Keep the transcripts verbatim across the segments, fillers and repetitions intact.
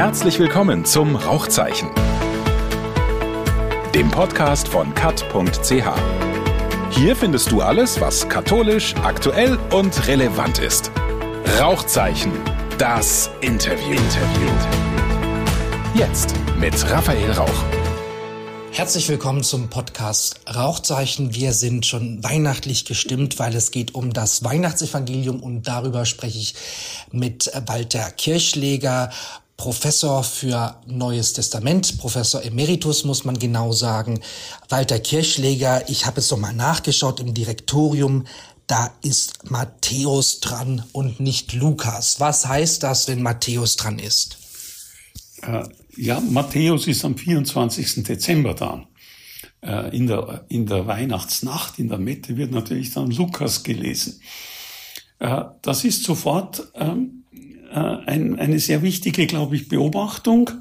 Herzlich willkommen zum Rauchzeichen, dem Podcast von kat punkt c h. Hier findest du alles, was katholisch, aktuell und relevant ist. Rauchzeichen, das Interview. Interview. Jetzt mit Raphael Rauch. Herzlich willkommen zum Podcast Rauchzeichen. Wir sind schon weihnachtlich gestimmt, weil es geht um das Weihnachtsevangelium und darüber spreche ich mit Walter Kirchschläger, Professor für Neues Testament, Professor Emeritus muss man genau sagen. Walter Kirchschläger, ich habe es nochmal nachgeschaut im Direktorium, da ist Matthäus dran und nicht Lukas. Was heißt das, wenn Matthäus dran ist? Äh, ja, Matthäus ist am vierundzwanzigsten Dezember dran. Äh, in der, in der Weihnachtsnacht, in der Mette wird natürlich dann Lukas gelesen. Äh, das ist sofort ähm, Ein, eine sehr wichtige, glaube ich, Beobachtung.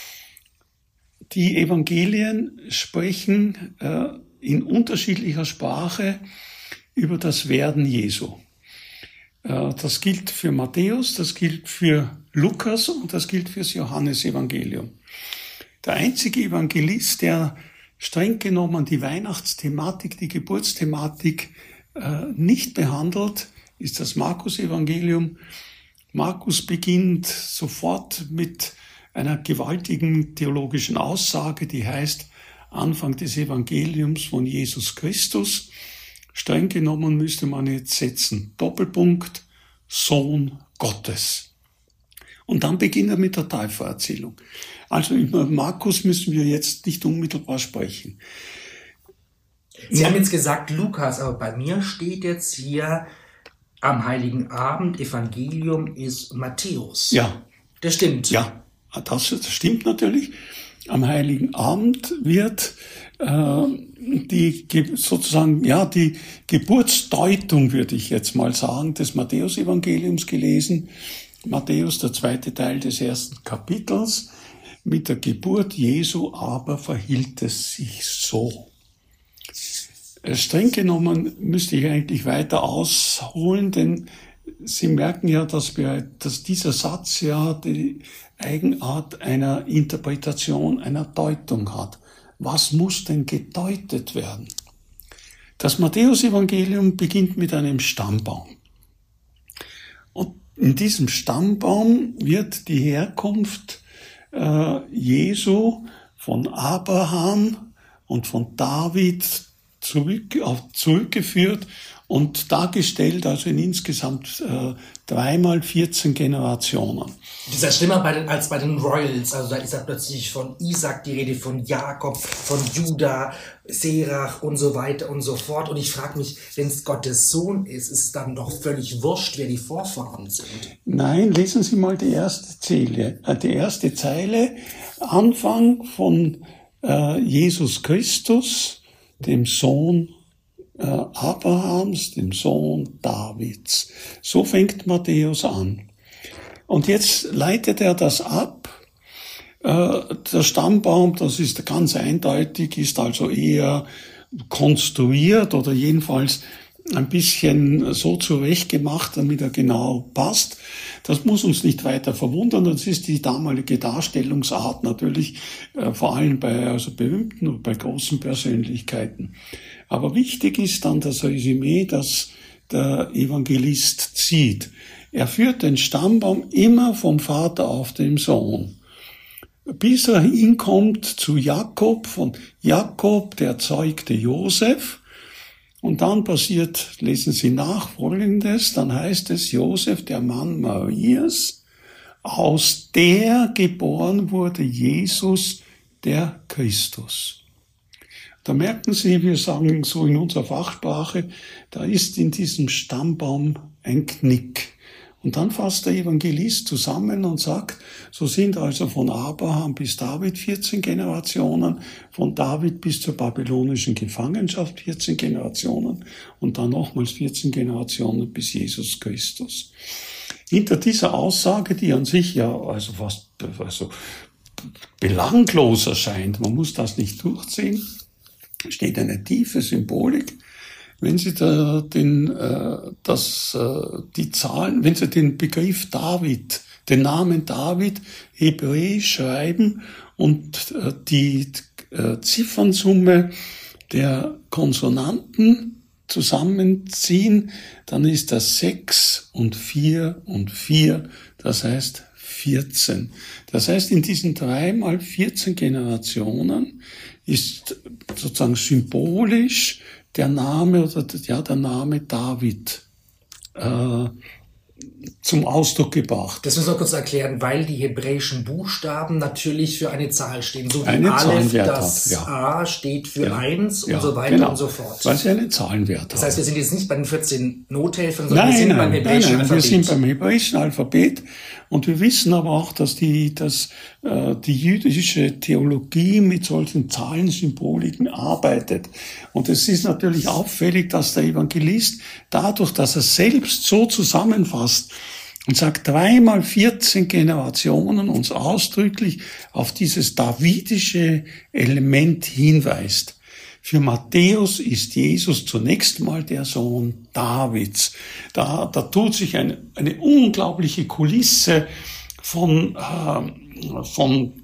Die Evangelien sprechen äh, in unterschiedlicher Sprache über das Werden Jesu. Äh, das gilt für Matthäus, das gilt für Lukas und das gilt fürs Johannesevangelium. Der einzige Evangelist, der streng genommen die Weihnachtsthematik, die Geburtsthematik äh, nicht behandelt, ist das Markus-Evangelium. Markus beginnt sofort mit einer gewaltigen theologischen Aussage, die heißt Anfang des Evangeliums von Jesus Christus. Streng genommen müsste man jetzt setzen, Doppelpunkt, Sohn Gottes. Und dann beginnt er mit der Täufererzählung. Also über Markus müssen wir jetzt nicht unmittelbar sprechen. Sie haben jetzt gesagt Lukas, aber bei mir steht jetzt hier am Heiligen Abend, Evangelium ist Matthäus. Ja. Das stimmt. Ja, das, das stimmt natürlich. Am Heiligen Abend wird äh, die sozusagen ja die Geburtsdeutung, würde ich jetzt mal sagen, des Matthäus-Evangeliums gelesen. Matthäus, der zweite Teil des ersten Kapitels. Mit der Geburt Jesu aber verhielt es sich so. Streng genommen müsste ich eigentlich weiter ausholen, denn Sie merken ja, dass wir, dass dieser Satz ja die Eigenart einer Interpretation, einer Deutung hat. Was muss denn gedeutet werden? Das Matthäus-Evangelium beginnt mit einem Stammbaum. Und in diesem Stammbaum wird die Herkunft äh, Jesu von Abraham und von David Zurück, auf, zurückgeführt und dargestellt, also in insgesamt äh, dreimal vierzehn Generationen. Das ist schlimmer bei den, als bei den Royals, also da ist ja plötzlich von Isaac die Rede, von Jakob, von Judah, Serach und so weiter und so fort. Und ich frage mich, wenn es Gottes Sohn ist, ist es dann doch völlig wurscht, wer die Vorfahren sind. Nein, lesen Sie mal die erste Zeile, äh, die erste Zeile, Anfang von äh, Jesus Christus, dem Sohn äh, Abrahams, dem Sohn Davids. So fängt Matthäus an. Und jetzt leitet er das ab. Äh, der Stammbaum, das ist ganz eindeutig, ist also eher konstruiert oder jedenfalls ein bisschen so zurechtgemacht, damit er genau passt. Das muss uns nicht weiter verwundern. Das ist die damalige Darstellungsart natürlich, äh, vor allem bei also berühmten und bei großen Persönlichkeiten. Aber wichtig ist dann das Resümee, das der Evangelist zieht. Er führt den Stammbaum immer vom Vater auf den Sohn, bis er hinkommt zu Jakob. Von Jakob, der zeugte Josef. Und dann passiert, lesen Sie nach, Folgendes, dann heißt es, Josef, der Mann Marias, aus der geboren wurde Jesus, der Christus. Da merken Sie, wir sagen so in unserer Fachsprache, da ist in diesem Stammbaum ein Knick. Und dann fasst der Evangelist zusammen und sagt, so sind also von Abraham bis David vierzehn Generationen, von David bis zur babylonischen Gefangenschaft vierzehn Generationen und dann nochmals vierzehn Generationen bis Jesus Christus. Hinter dieser Aussage, die an sich ja also fast also belanglos erscheint, man muss das nicht durchziehen, steht eine tiefe Symbolik. Wenn Sie da den, äh, das, äh, die Zahlen, wenn Sie den Begriff David den Namen David hebräisch schreiben und die Ziffernsumme der Konsonanten zusammenziehen, dann ist das sechs und vier und vier, das heißt vierzehn. Das heißt, in diesen drei mal vierzehn Generationen ist sozusagen symbolisch der Name oder ja der Name David äh, zum Ausdruck gebracht. Das müssen wir kurz erklären, weil die hebräischen Buchstaben natürlich für eine Zahl stehen. So wie eine Aleph, Zahlenwert das hat, ja. A steht für ja. eins ja, und so weiter genau. und so fort. Weil sie einen Zahlenwert Das haben. heißt, wir sind jetzt nicht bei den vierzehn Nothelfern, sondern Nein, wir sind nein, beim hebräischen nein, nein, Alphabet. wir sind beim hebräischen Alphabet und wir wissen aber auch, dass die, dass, äh, die jüdische Theologie mit solchen Zahlensymboliken arbeitet. Und es ist natürlich auffällig, dass der Evangelist dadurch, dass er selbst so zusammenfasst und sagt, dreimal vierzehn Generationen uns ausdrücklich auf dieses davidische Element hinweist. Für Matthäus ist Jesus zunächst mal der Sohn Davids. Da, da tut sich eine, eine unglaubliche Kulisse von, äh, von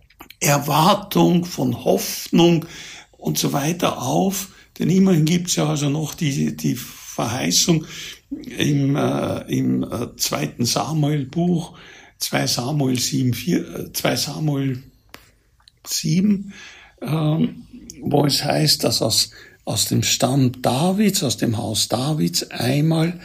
Erwartung, von Hoffnung und so weiter auf. Denn immerhin gibt's ja also noch die, die Verheißung im, äh, im äh, zweiten Samuel-Buch, zwei Samuel sieben, vier, äh, zwei Samuel sieben, ähm, wo es heißt, dass aus, aus dem Stamm Davids, aus dem Haus Davids einmal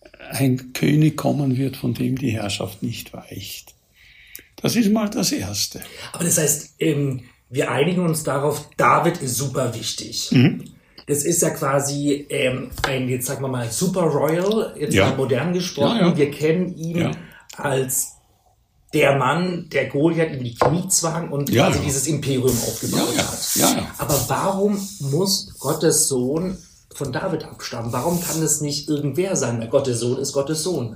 ein König kommen wird, von dem die Herrschaft nicht weicht. Das ist mal das Erste. Aber das heißt, ähm, wir einigen uns darauf, David ist super wichtig. Mhm. Das ist ja quasi ähm, ein, jetzt sagen wir mal, Super Royal, jetzt Ja. mal modern gesprochen. Ja, ja. Wir kennen ihn Ja. als der Mann, der Goliath in die Knie zwang und Ja, quasi ja. dieses Imperium aufgebaut Ja, ja. hat. Ja, ja. Aber warum muss Gottes Sohn von David abstammen? Warum kann es nicht irgendwer sein? Weil Gottes Sohn ist Gottes Sohn.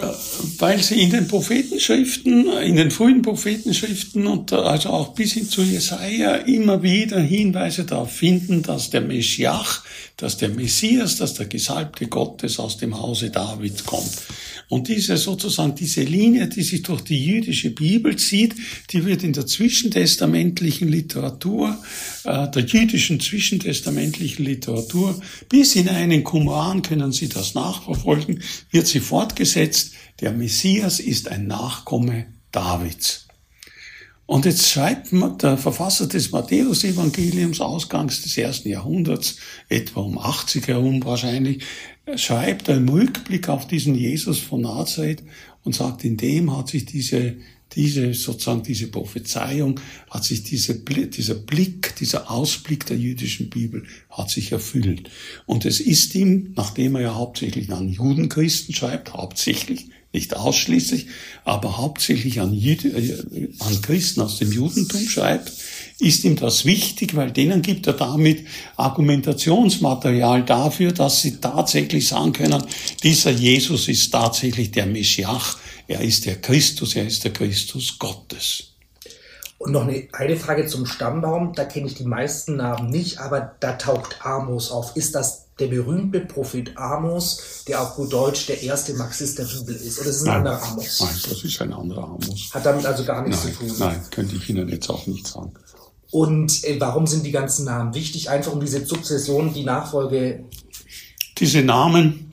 Weil sie in den Prophetenschriften, in den frühen Prophetenschriften und also auch bis hin zu Jesaja immer wieder Hinweise darauf finden, dass der Meschiach, dass der Messias, dass der Gesalbte Gottes aus dem Hause David kommt. Und diese sozusagen, diese Linie, die sich durch die jüdische Bibel zieht, die wird in der zwischentestamentlichen Literatur, äh, der jüdischen zwischentestamentlichen Literatur, bis hinein in Qumran können Sie das nachverfolgen, wird sie fortgesetzt. Der Messias ist ein Nachkomme Davids. Und jetzt schreibt der Verfasser des Matthäus-Evangeliums, ausgangs des ersten Jahrhunderts, etwa um achtzig herum wahrscheinlich, schreibt er im Rückblick auf diesen Jesus von Nazareth und sagt, in dem hat sich diese, diese, sozusagen diese Prophezeiung, hat sich diese, dieser Blick, dieser Ausblick der jüdischen Bibel, hat sich erfüllt. Und es ist ihm, nachdem er ja hauptsächlich an Judenchristen schreibt, hauptsächlich, nicht ausschließlich, aber hauptsächlich an, Jüde, äh, an Christen aus dem Judentum schreibt, ist ihm das wichtig, weil denen gibt er damit Argumentationsmaterial dafür, dass sie tatsächlich sagen können, dieser Jesus ist tatsächlich der Meschiach, er ist der Christus, er ist der Christus Gottes. Und noch eine, eine Frage zum Stammbaum, da kenne ich die meisten Namen nicht, aber da taucht Amos auf. Ist das der berühmte Prophet Amos, der auf gut Deutsch der erste Marxist der Bibel ist? Oder ist es ein Nein, anderer Amos? Nein, das ist ein anderer Amos. Hat damit also gar nichts Nein, zu tun? nein, könnte ich Ihnen jetzt auch nicht sagen. Und äh, warum sind die ganzen Namen wichtig? Einfach um diese Sukzession, die Nachfolge. Diese Namen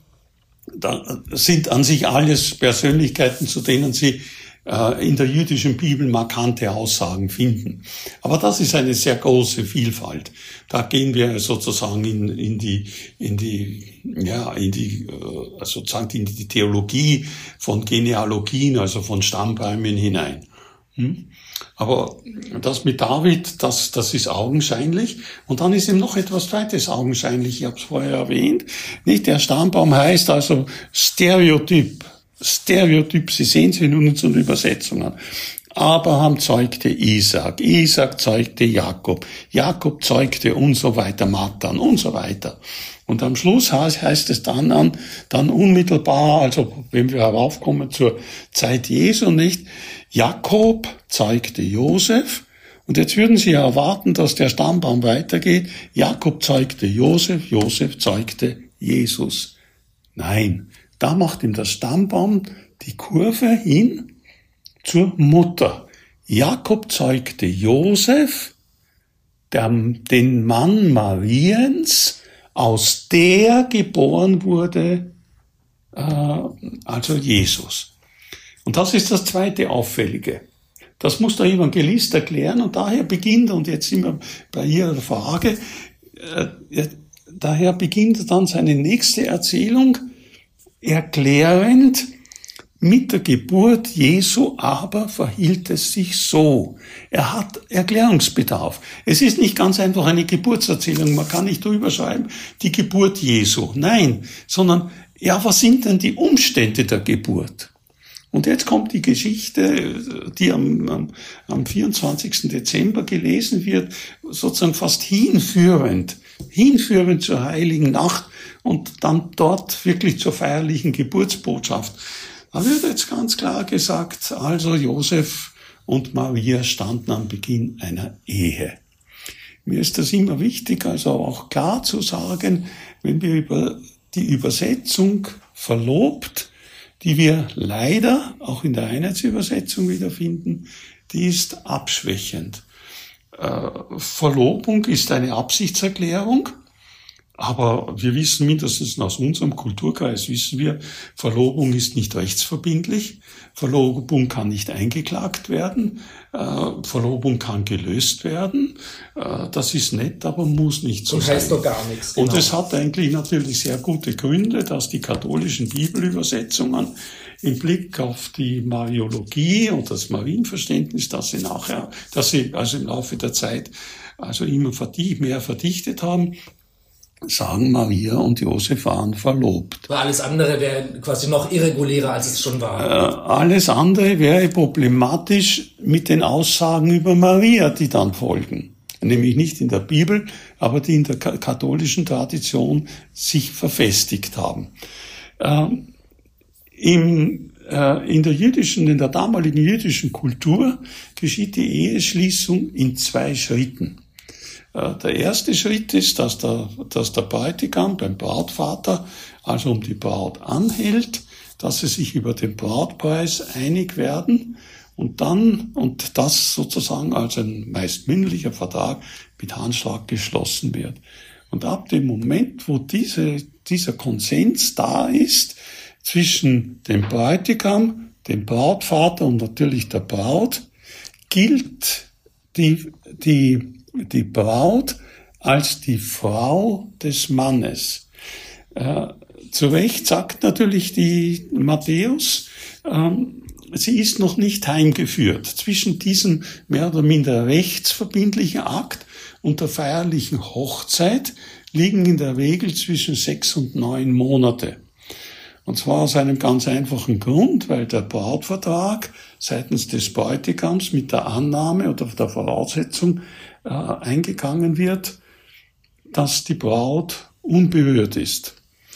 da sind an sich alles Persönlichkeiten, zu denen Sie äh, in der jüdischen Bibel markante Aussagen finden. Aber das ist eine sehr große Vielfalt. Da gehen wir sozusagen in, in die, in die, ja, in die, äh, sozusagen in die Theologie von Genealogien, also von Stammbäumen hinein. Hm? Aber das mit David, das, das ist augenscheinlich. Und dann ist ihm noch etwas Zweites augenscheinlich. Ich habe es vorher erwähnt. Nicht? Der Stammbaum heißt also Stereotyp. Stereotyp, Sie sehen es in unseren Übersetzungen. Abraham zeugte Isaac, Isaac zeugte Jakob, Jakob zeugte und so weiter, Matan und so weiter. Und am Schluss heißt, heißt es dann an, dann unmittelbar, also wenn wir heraufkommen zur Zeit Jesu, nicht? Jakob zeugte Josef. Und jetzt würden Sie ja erwarten, dass der Stammbaum weitergeht. Jakob zeugte Josef, Josef zeugte Jesus. Nein, da macht ihm der Stammbaum die Kurve hin zur Mutter. Jakob zeugte Josef, der, den Mann Mariens, aus der geboren wurde, äh, also Jesus. Und das ist das zweite Auffällige. Das muss der Evangelist erklären und daher beginnt, und jetzt sind wir bei Ihrer Frage, äh, daher beginnt dann seine nächste Erzählung erklärend, mit der Geburt Jesu aber verhielt es sich so. Er hat Erklärungsbedarf. Es ist nicht ganz einfach eine Geburtserzählung. Man kann nicht drüber schreiben, die Geburt Jesu. Nein, sondern, ja, was sind denn die Umstände der Geburt? Und jetzt kommt die Geschichte, die am, am, am vierundzwanzigsten Dezember gelesen wird, sozusagen fast hinführend, hinführend zur Heiligen Nacht und dann dort wirklich zur feierlichen Geburtsbotschaft. Da wird jetzt ganz klar gesagt, also Josef und Maria standen am Beginn einer Ehe. Mir ist das immer wichtig, also auch klar zu sagen, wenn wir über die Übersetzung verlobt, die wir leider auch in der Einheitsübersetzung wiederfinden, die ist abschwächend. Äh, Verlobung ist eine Absichtserklärung, aber wir wissen mindestens aus unserem Kulturkreis, wissen wir, Verlobung ist nicht rechtsverbindlich, Verlobung kann nicht eingeklagt werden, äh, Verlobung kann gelöst werden, äh, das ist nett, aber muss nicht so und sein. heißt doch gar nichts. Genau. Und es hat eigentlich natürlich sehr gute Gründe, dass die katholischen Bibelübersetzungen im Blick auf die Mariologie und das Marienverständnis, das sie nachher, dass sie also im Laufe der Zeit also immer verdicht, mehr verdichtet haben, sagen, Maria und Josef waren verlobt. Aber alles andere wäre quasi noch irregulärer, als es schon war. Äh, alles andere wäre problematisch mit den Aussagen über Maria, die dann folgen. Nämlich nicht in der Bibel, aber die in der katholischen Tradition sich verfestigt haben. Ähm, im, äh, in der jüdischen, in der damaligen jüdischen Kultur geschieht die Eheschließung in zwei Schritten. Der erste Schritt ist, dass der, dass der Bräutigam beim Brautvater also um die Braut anhält, dass sie sich über den Brautpreis einig werden und dann, und das sozusagen als ein meist mündlicher Vertrag mit Handschlag geschlossen wird. Und ab dem Moment, wo diese, dieser Konsens da ist zwischen dem Bräutigam, dem Brautvater und natürlich der Braut, gilt die, die die Braut als die Frau des Mannes. Äh, zu Recht sagt natürlich die Matthäus, ähm, sie ist noch nicht heimgeführt. Zwischen diesem mehr oder minder rechtsverbindlichen Akt und der feierlichen Hochzeit liegen in der Regel zwischen sechs und neun Monate. Und zwar aus einem ganz einfachen Grund, weil der Brautvertrag seitens des Bräutigams mit der Annahme oder der Voraussetzung äh, eingegangen wird, dass die Braut unberührt ist.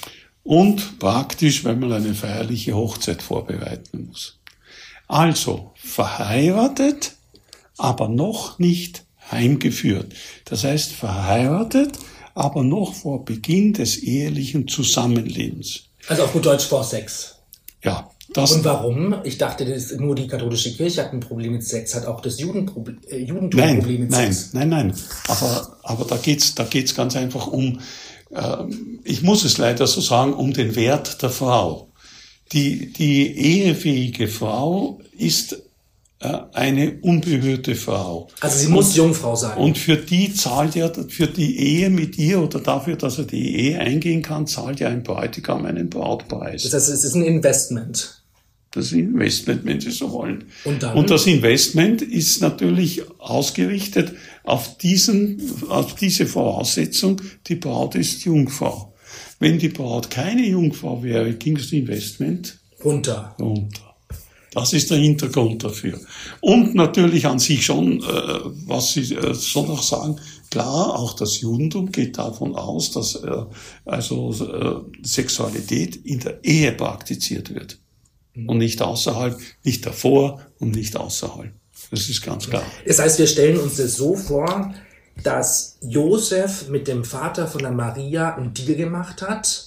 Und praktisch, weil man eine feierliche Hochzeit vorbereiten muss. Also verheiratet, aber noch nicht heimgeführt. Das heißt verheiratet, aber noch vor Beginn des ehelichen Zusammenlebens. Also auf gut Deutsch vor Sex. Ja. Das Und warum? Ich dachte, das ist nur die katholische Kirche hat ein Problem mit Sex, hat auch das Judenproblem, äh, Judentum ein Problem mit nein, Sex. Nein, nein, nein. Aber, aber da geht's, da geht's ganz einfach um, äh, ich muss es leider so sagen, um den Wert der Frau. Die, die ehefähige Frau ist eine unberührte Frau. Also sie muss und, Jungfrau sein. Und für die zahlt ja, für die Ehe mit ihr oder dafür, dass er die Ehe eingehen kann, zahlt ja ein Bräutigam einen Brautpreis. Das heißt, es ist ein Investment. Das Investment, wenn Sie so wollen. Und, dann? Und das Investment ist natürlich ausgerichtet auf diesen, auf diese Voraussetzung, die Braut ist Jungfrau. Wenn die Braut keine Jungfrau wäre, ging das Investment runter. runter. Das ist der Hintergrund dafür. Und natürlich an sich schon, äh, was Sie äh, soll noch sagen, klar, auch das Judentum geht davon aus, dass äh, also äh, Sexualität in der Ehe praktiziert wird. Mhm. Und nicht außerhalb, nicht davor und nicht außerhalb. Das ist ganz klar. Das heißt, wir stellen uns das so vor, dass Josef mit dem Vater von der Maria einen Deal gemacht hat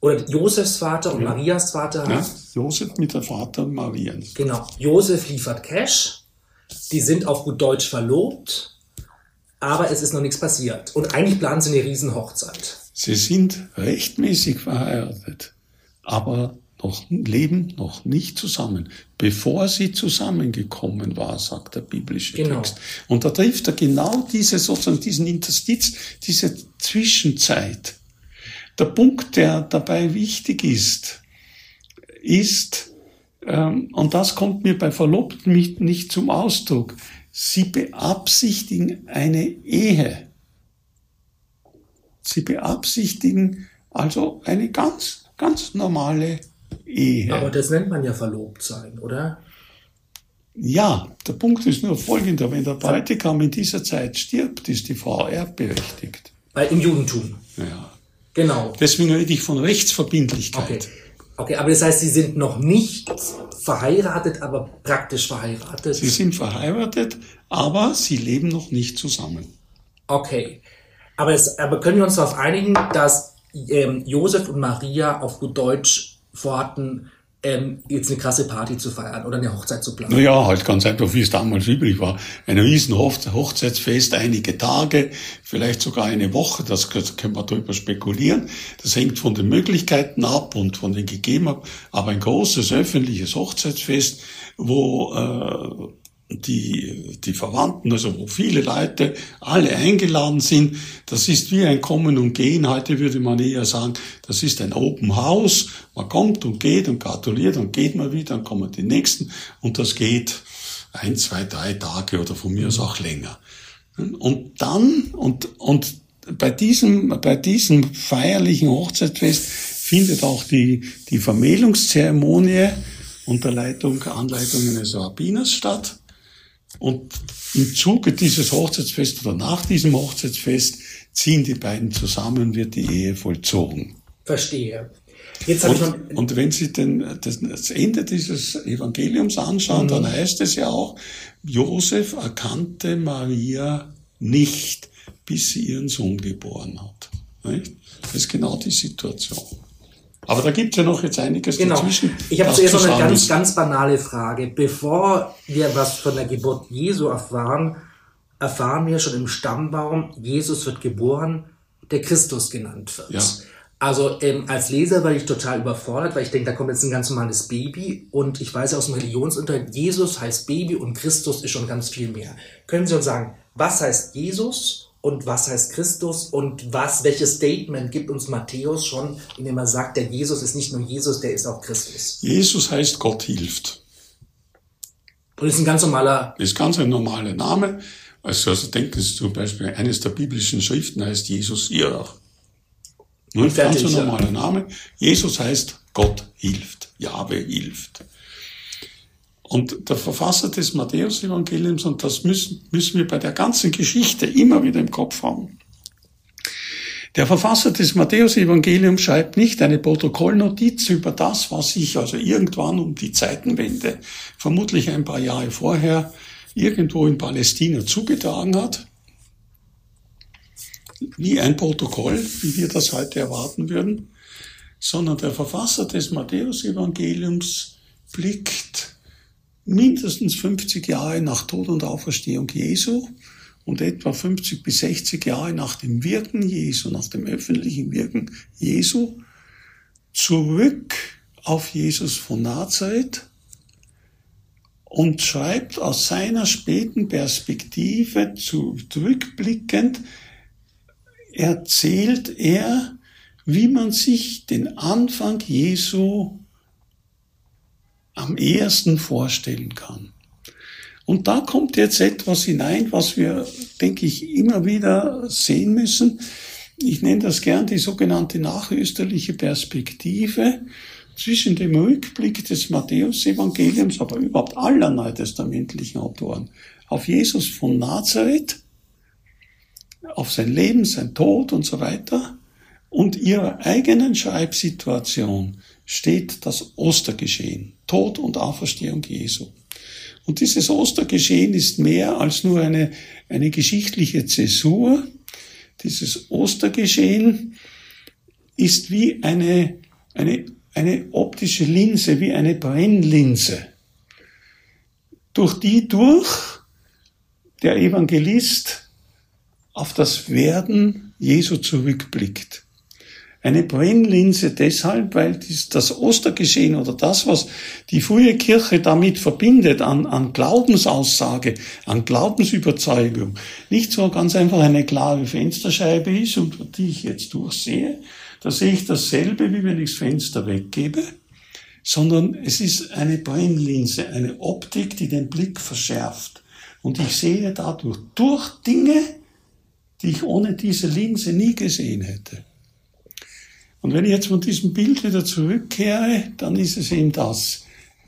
oder Josefs Vater und ja. Marias Vater. Ja, Josef mit der Vater Maria. Genau. Josef liefert Cash. Die sind auf gut Deutsch verlobt, aber es ist noch nichts passiert. Und eigentlich planen sie eine Riesenhochzeit. Sie sind rechtmäßig verheiratet, aber noch, leben noch nicht zusammen, bevor sie zusammengekommen war, sagt der biblische genau. Text. Und da trifft er genau diese, sozusagen diesen Interstiz, diese Zwischenzeit. Der Punkt, der dabei wichtig ist, ist, ähm, und das kommt mir bei Verlobten nicht, nicht zum Ausdruck, sie beabsichtigen eine Ehe. Sie beabsichtigen also eine ganz, ganz normale Ehe. Aber das nennt man ja verlobt sein, oder? Ja, der Punkt ist nur folgender. Wenn der Bräutigam in dieser Zeit stirbt, ist die Frau erbberechtigt. Weil im Judentum. Ja. Genau. Deswegen rede ich von Rechtsverbindlichkeit. Okay. Okay, aber das heißt, sie sind noch nicht verheiratet, aber praktisch verheiratet. Sie sind verheiratet, aber sie leben noch nicht zusammen. Okay. Aber, es, aber können wir uns darauf einigen, dass ähm, Josef und Maria auf gut Deutsch vorhatten, ähm, jetzt eine krasse Party zu feiern oder eine Hochzeit zu planen? Naja, halt ganz einfach, wie es damals üblich war. Ein riesen Hochzeitsfest, einige Tage, vielleicht sogar eine Woche, das können wir darüber spekulieren. Das hängt von den Möglichkeiten ab und von den Gegebenheiten. Aber ein großes öffentliches Hochzeitsfest, wo äh, die die Verwandten, also wo viele Leute, alle eingeladen sind, das ist wie ein Kommen und Gehen. Heute würde man eher sagen, das ist ein Open House. Man kommt und geht und gratuliert, dann geht man wieder, dann kommen die Nächsten und das geht ein, zwei, drei Tage oder von mir aus auch länger. Und dann, und und bei diesem bei diesem feierlichen Hochzeitsfest findet auch die die Vermählungszeremonie unter Leitung, Anleitung eines Rabbiners statt. Und im Zuge dieses Hochzeitsfests oder nach diesem Hochzeitsfest ziehen die beiden zusammen, wird die Ehe vollzogen. Verstehe. Jetzt habe ich noch und, und wenn Sie den, das, das Ende dieses Evangeliums anschauen, mhm. dann heißt es ja auch, Josef erkannte Maria nicht, bis sie ihren Sohn geboren hat. Nicht? Das ist genau die Situation. Aber da gibt es ja noch jetzt einiges genau. dazwischen. Ich habe zuerst noch eine ganz, ganz banale Frage. Bevor wir was von der Geburt Jesu erfahren, erfahren wir schon im Stammbaum, Jesus wird geboren, der Christus genannt wird. Ja. Also ähm, als Leser war ich total überfordert, weil ich denke, da kommt jetzt ein ganz normales Baby und ich weiß ja aus dem Religionsunterricht, Jesus heißt Baby und Christus ist schon ganz viel mehr. Können Sie uns sagen, was heißt Jesus? Und was heißt Christus und was, welches Statement gibt uns Matthäus schon, indem er sagt, der Jesus ist nicht nur Jesus, der ist auch Christus? Jesus heißt Gott hilft. Und ist ein ganz normaler... Ist ganz ein normaler Name. Also, also denken Sie zum Beispiel, eines der biblischen Schriften heißt Jesus Irach. Nur ein ganz ein normaler Name. Jesus heißt Gott hilft. Jahwe hilft. Und der Verfasser des Matthäus-Evangeliums, und das müssen, müssen wir bei der ganzen Geschichte immer wieder im Kopf haben. Der Verfasser des Matthäus-Evangeliums schreibt nicht eine Protokollnotiz über das, was sich also irgendwann um die Zeitenwende, vermutlich ein paar Jahre vorher, irgendwo in Palästina zugetragen hat, wie ein Protokoll, wie wir das heute erwarten würden, sondern der Verfasser des Matthäus-Evangeliums blickt mindestens fünfzig Jahre nach Tod und Auferstehung Jesu und etwa fünfzig bis sechzig Jahre nach dem Wirken Jesu, nach dem öffentlichen Wirken Jesu, zurück auf Jesus von Nazareth und schreibt aus seiner späten Perspektive zurückblickend, erzählt er, wie man sich den Anfang Jesu am ehesten vorstellen kann. Und da kommt jetzt etwas hinein, was wir, denke ich, immer wieder sehen müssen. Ich nenne das gern die sogenannte nachösterliche Perspektive zwischen dem Rückblick des Matthäus-Evangeliums, aber überhaupt aller neutestamentlichen Autoren, auf Jesus von Nazareth, auf sein Leben, sein Tod und so weiter, und ihrer eigenen Schreibsituation steht das Ostergeschehen, Tod und Auferstehung Jesu. Und dieses Ostergeschehen ist mehr als nur eine, eine geschichtliche Zäsur. Dieses Ostergeschehen ist wie eine, eine, eine optische Linse, wie eine Brennlinse, durch die durch der Evangelist auf das Werden Jesu zurückblickt. Eine Brennlinse deshalb, weil das Ostergeschehen oder das, was die frühe Kirche damit verbindet, an, an Glaubensaussage, an Glaubensüberzeugung, nicht so ganz einfach eine klare Fensterscheibe ist, und die ich jetzt durchsehe, da sehe ich dasselbe, wie wenn ich das Fenster weggebe, sondern es ist eine Brennlinse, eine Optik, die den Blick verschärft. Und ich sehe dadurch durch Dinge, die ich ohne diese Linse nie gesehen hätte. Und wenn ich jetzt von diesem Bild wieder zurückkehre, dann ist es eben das.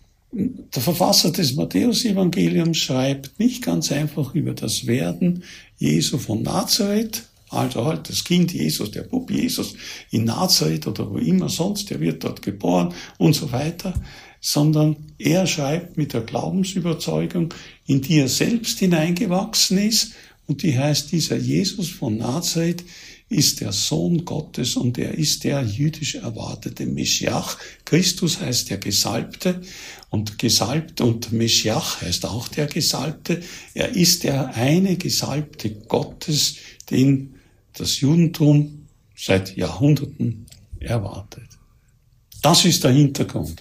Der Verfasser des Matthäus-Evangeliums schreibt nicht ganz einfach über das Werden Jesu von Nazareth, also halt das Kind Jesus, der Bub Jesus in Nazareth oder wo immer sonst, der wird dort geboren und so weiter, sondern er schreibt mit der Glaubensüberzeugung, in die er selbst hineingewachsen ist, und die heißt, dieser Jesus von Nazareth ist der Sohn Gottes und er ist der jüdisch erwartete Meschiach. Christus heißt der Gesalbte und Gesalbt und Meschiach heißt auch der Gesalbte. Er ist der eine Gesalbte Gottes, den das Judentum seit Jahrhunderten erwartet. Das ist der Hintergrund.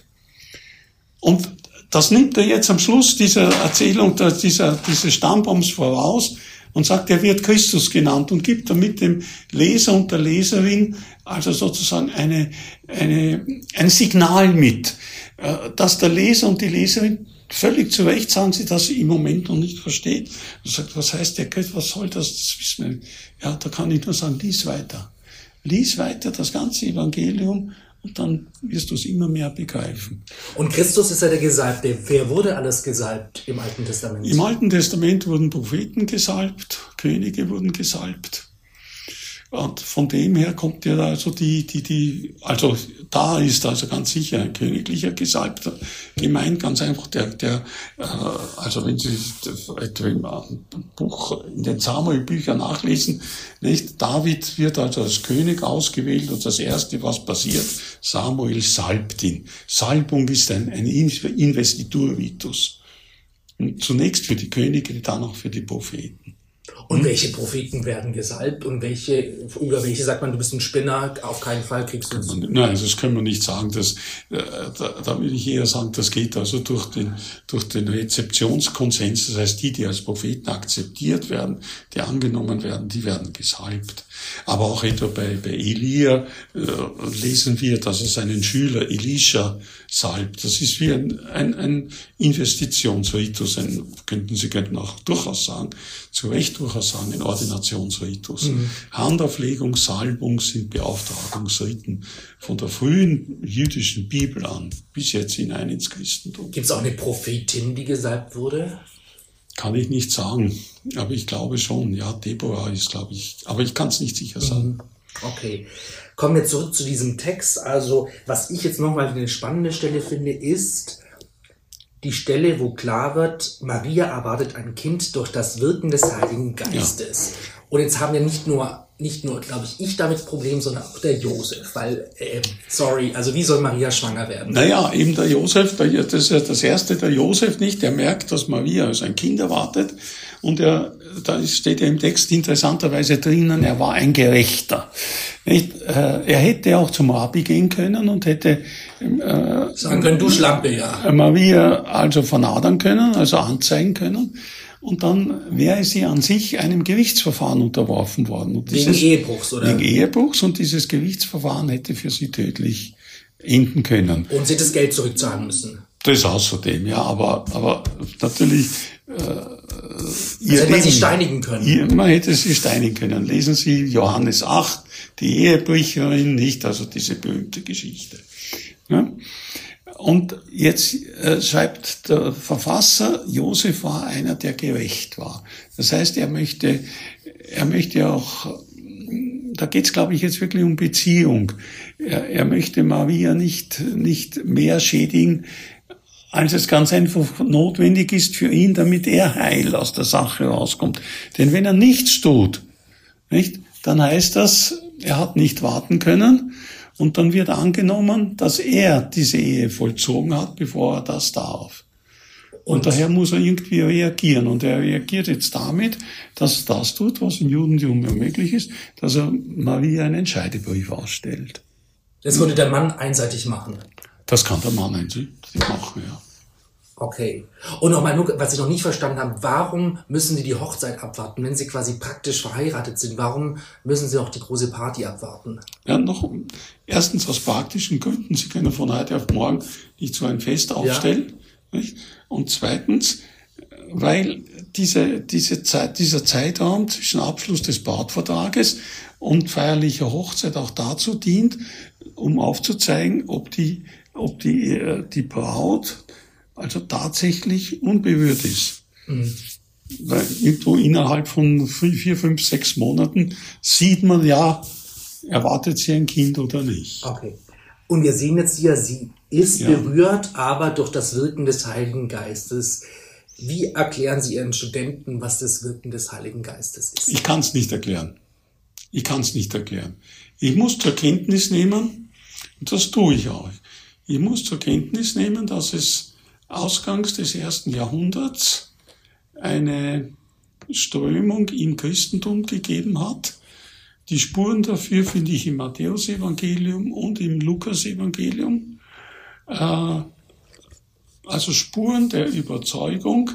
Und das nimmt er jetzt am Schluss dieser Erzählung, dieser, dieses Stammbaums voraus, und sagt, er wird Christus genannt, und gibt damit dem Leser und der Leserin also sozusagen eine, eine, ein Signal mit, dass der Leser und die Leserin völlig zu Recht, sagen sie, dass sie im Moment noch nicht versteht. Und sagt, was heißt der Christ, was soll das? Das wissen wir. Ja, da kann ich nur sagen, lies weiter. Lies weiter das ganze Evangelium, und dann wirst du es immer mehr begreifen. Und Christus ist ja der Gesalbte. Wer wurde alles gesalbt im Alten Testament? Im Alten Testament wurden Propheten gesalbt, Könige wurden gesalbt. Und von dem her kommt ja also die, die, die, also da ist also ganz sicher ein königlicher Gesalbter gemeint, ganz einfach der, der, äh, also wenn Sie etwa im Buch, in den Samuel-Büchern nachlesen, nicht, David wird also als König ausgewählt, und das erste, was passiert, Samuel salbt ihn. Salbung ist ein, ein Investiturritus. Und zunächst für die Könige, dann auch für die Propheten. Und welche Propheten werden gesalbt und welche, über welche sagt man, du bist ein Spinner, auf keinen Fall kriegst du es? Nein, das können wir nicht sagen. Das, äh, da, da will ich eher sagen, das geht also durch den, durch den Rezeptionskonsens. Das heißt, die, die als Propheten akzeptiert werden, die angenommen werden, die werden gesalbt. Aber auch etwa bei, bei Elia äh, lesen wir, dass er seinen Schüler Elisha salbt. Das ist wie ein, ein, ein Investitionsritus, ein, könnten Sie könnten auch durchaus sagen, zu Recht durchaus sagen, ein Ordinationsritus. Mhm. Handauflegung, Salbung sind Beauftragungsriten von der frühen jüdischen Bibel an bis jetzt hinein ins Christentum. Gibt es auch eine Prophetin, die gesalbt wurde? Kann ich nicht sagen, aber ich glaube schon. Ja, Deborah ist, glaube ich, aber ich kann es nicht sicher sagen. Okay, kommen wir zurück zu diesem Text. Also, was ich jetzt nochmal eine spannende Stelle finde, ist die Stelle, wo klar wird, Maria erwartet ein Kind durch das Wirken des Heiligen Geistes. Ja. Und jetzt haben wir nicht nur, nicht nur, glaube ich, ich damit Problem, sondern auch der Josef, weil, äh, sorry, also wie soll Maria schwanger werden? Naja, eben der Josef, das ist ja das Erste, der Josef nicht, der merkt, dass Maria also ein Kind erwartet, und er, da steht ja im Text interessanterweise drinnen, er war ein Gerechter. Nicht? Er hätte auch zum Rabbi gehen können und hätte äh, sagen können, du Schlampe, ja. Maria also vernadern können, also anzeigen können. Und dann wäre sie an sich einem Gerichtsverfahren unterworfen worden. Und wegen dieses, Ehebruchs, oder? Wegen Ehebruchs, und dieses Gerichtsverfahren hätte für sie tödlich enden können. Und sie das Geld zurückzahlen müssen. Das außerdem, ja, aber, aber natürlich, äh, also hätte man sie steinigen können. Ihr, man hätte sie steinigen können. Lesen Sie Johannes acht, die Ehebrecherin, nicht, also diese berühmte Geschichte. Ja? Und jetzt äh, schreibt der Verfasser, Josef war einer, der gerecht war. Das heißt, er möchte, er möchte auch, da geht's, glaube ich, jetzt wirklich um Beziehung. Er, er möchte Maria nicht, nicht mehr schädigen, als es ganz einfach notwendig ist für ihn, damit er heil aus der Sache rauskommt. Denn wenn er nichts tut, nicht, dann heißt das, er hat nicht warten können, Und dann wird angenommen, dass er diese Ehe vollzogen hat, bevor er das darf. Und, und daher muss er irgendwie reagieren. Und er reagiert jetzt damit, dass er das tut, was im Judentum möglich ist, dass er Maria einen Scheidebrief ausstellt. Das würde der Mann einseitig machen? Das kann der Mann einseitig machen, ja. Okay. Und nochmal, nur, was ich noch nicht verstanden habe, warum müssen Sie die Hochzeit abwarten, wenn Sie quasi praktisch verheiratet sind? Warum müssen Sie noch die große Party abwarten? Ja, noch, erstens aus praktischen Gründen. Sie können von heute auf morgen nicht so ein Fest aufstellen. Ja. Nicht? Und zweitens, weil diese, diese Zeit, dieser Zeitraum zwischen Abschluss des Brautvertrages und feierlicher Hochzeit auch dazu dient, um aufzuzeigen, ob die, ob die, die Braut also tatsächlich unberührt ist. Mhm. Weil irgendwo innerhalb von vier, fünf, sechs Monaten sieht man ja, erwartet sie ein Kind oder nicht. Okay. Und wir sehen jetzt hier, sie ist ja berührt, aber durch das Wirken des Heiligen Geistes. Wie erklären Sie Ihren Studenten, was das Wirken des Heiligen Geistes ist? Ich kann es nicht erklären. Ich kann es nicht erklären. Ich muss zur Kenntnis nehmen, und das tue ich auch, ich muss zur Kenntnis nehmen, dass es ausgangs des ersten Jahrhunderts eine Strömung im Christentum gegeben hat. Die Spuren dafür finde ich im Matthäusevangelium und im Lukasevangelium. Äh, also Spuren der Überzeugung,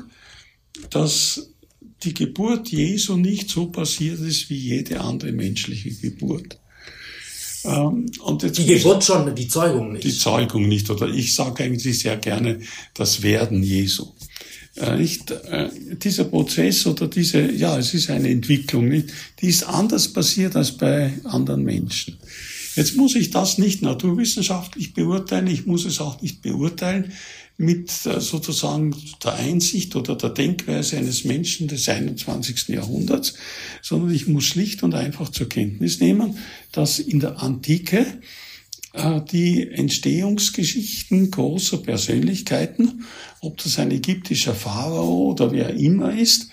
dass die Geburt Jesu nicht so passiert ist wie jede andere menschliche Geburt. Ähm, und jetzt die Geburt schon, die Zeugung nicht. Die Zeugung nicht, oder ich sage eigentlich sehr gerne das Werden Jesu. Äh, nicht, äh, dieser Prozess oder diese, ja, es ist eine Entwicklung, nicht? Die ist anders passiert als bei anderen Menschen. Jetzt muss ich das nicht naturwissenschaftlich beurteilen, ich muss es auch nicht beurteilen mit äh, sozusagen der Einsicht oder der Denkweise eines Menschen des einundzwanzigsten Jahrhunderts, sondern ich muss schlicht und einfach zur Kenntnis nehmen, dass in der Antike äh, die Entstehungsgeschichten großer Persönlichkeiten, ob das ein ägyptischer Pharao oder wer immer ist,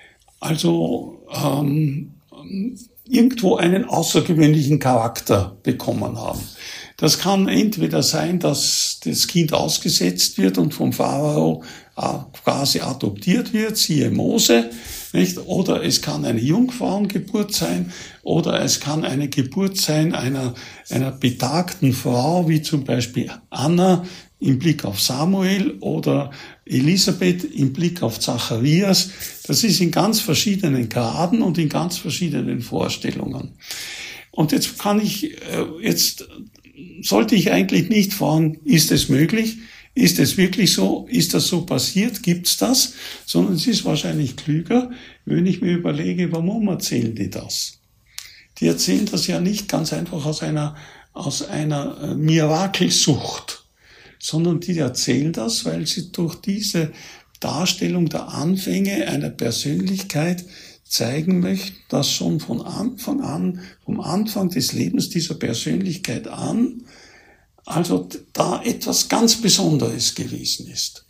also ähm, irgendwo einen außergewöhnlichen Charakter bekommen haben. Das kann entweder sein, dass das Kind ausgesetzt wird und vom Pharao quasi adoptiert wird, siehe Mose, nicht? Oder es kann eine Jungfrauengeburt sein, oder es kann eine Geburt sein einer, einer betagten Frau, wie zum Beispiel Anna im Blick auf Samuel oder Elisabeth im Blick auf Zacharias. Das ist in ganz verschiedenen Graden und in ganz verschiedenen Vorstellungen. Und jetzt kann ich, jetzt sollte ich eigentlich nicht fragen, ist es möglich? Ist es wirklich so? Ist das so passiert? Gibt's das? Sondern es ist wahrscheinlich klüger, wenn ich mir überlege, warum erzählen die das? Die erzählen das ja nicht ganz einfach aus einer, aus einer Mirakelsucht, sondern die erzählen das, weil sie durch diese Darstellung der Anfänge einer Persönlichkeit zeigen möchten, dass schon von Anfang an, vom Anfang des Lebens dieser Persönlichkeit an, also da etwas ganz Besonderes gewesen ist.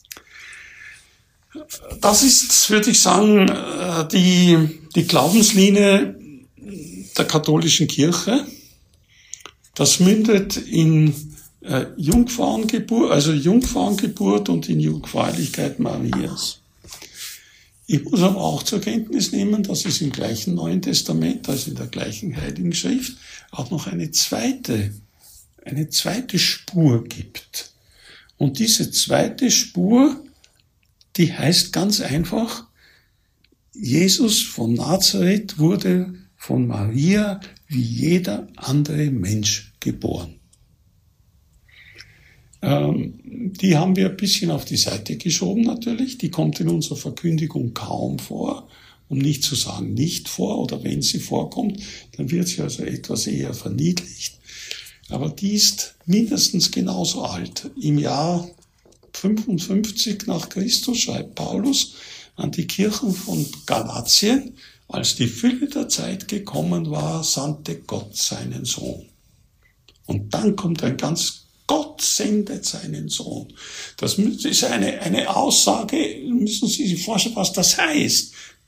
Das ist, würde ich sagen, die, die Glaubenslinie der katholischen Kirche. Das mündet in äh, Jungfrauengeburt, also Jungfrauengeburt und in Jungfräulichkeit Marias. Ich muss aber auch zur Kenntnis nehmen, dass es im gleichen Neuen Testament, also in der gleichen Heiligen Schrift, auch noch eine zweite, eine zweite Spur gibt. Und diese zweite Spur, die heißt ganz einfach, Jesus von Nazareth wurde von Maria wie jeder andere Mensch geboren. Ähm, die haben wir ein bisschen auf die Seite geschoben natürlich. Die kommt in unserer Verkündigung kaum vor, um nicht zu sagen nicht vor, oder wenn sie vorkommt, dann wird sie also etwas eher verniedlicht. Aber die ist mindestens genauso alt. Im Jahr fünfundfünfzig nach Christus schreibt Paulus an die Kirchen von Galatien, als die Fülle der Zeit gekommen war, sandte Gott seinen Sohn. Und dann kommt ein ganz, Gott sendet seinen Sohn. Das ist eine, eine Aussage, müssen Sie sich vorstellen, was das heißt.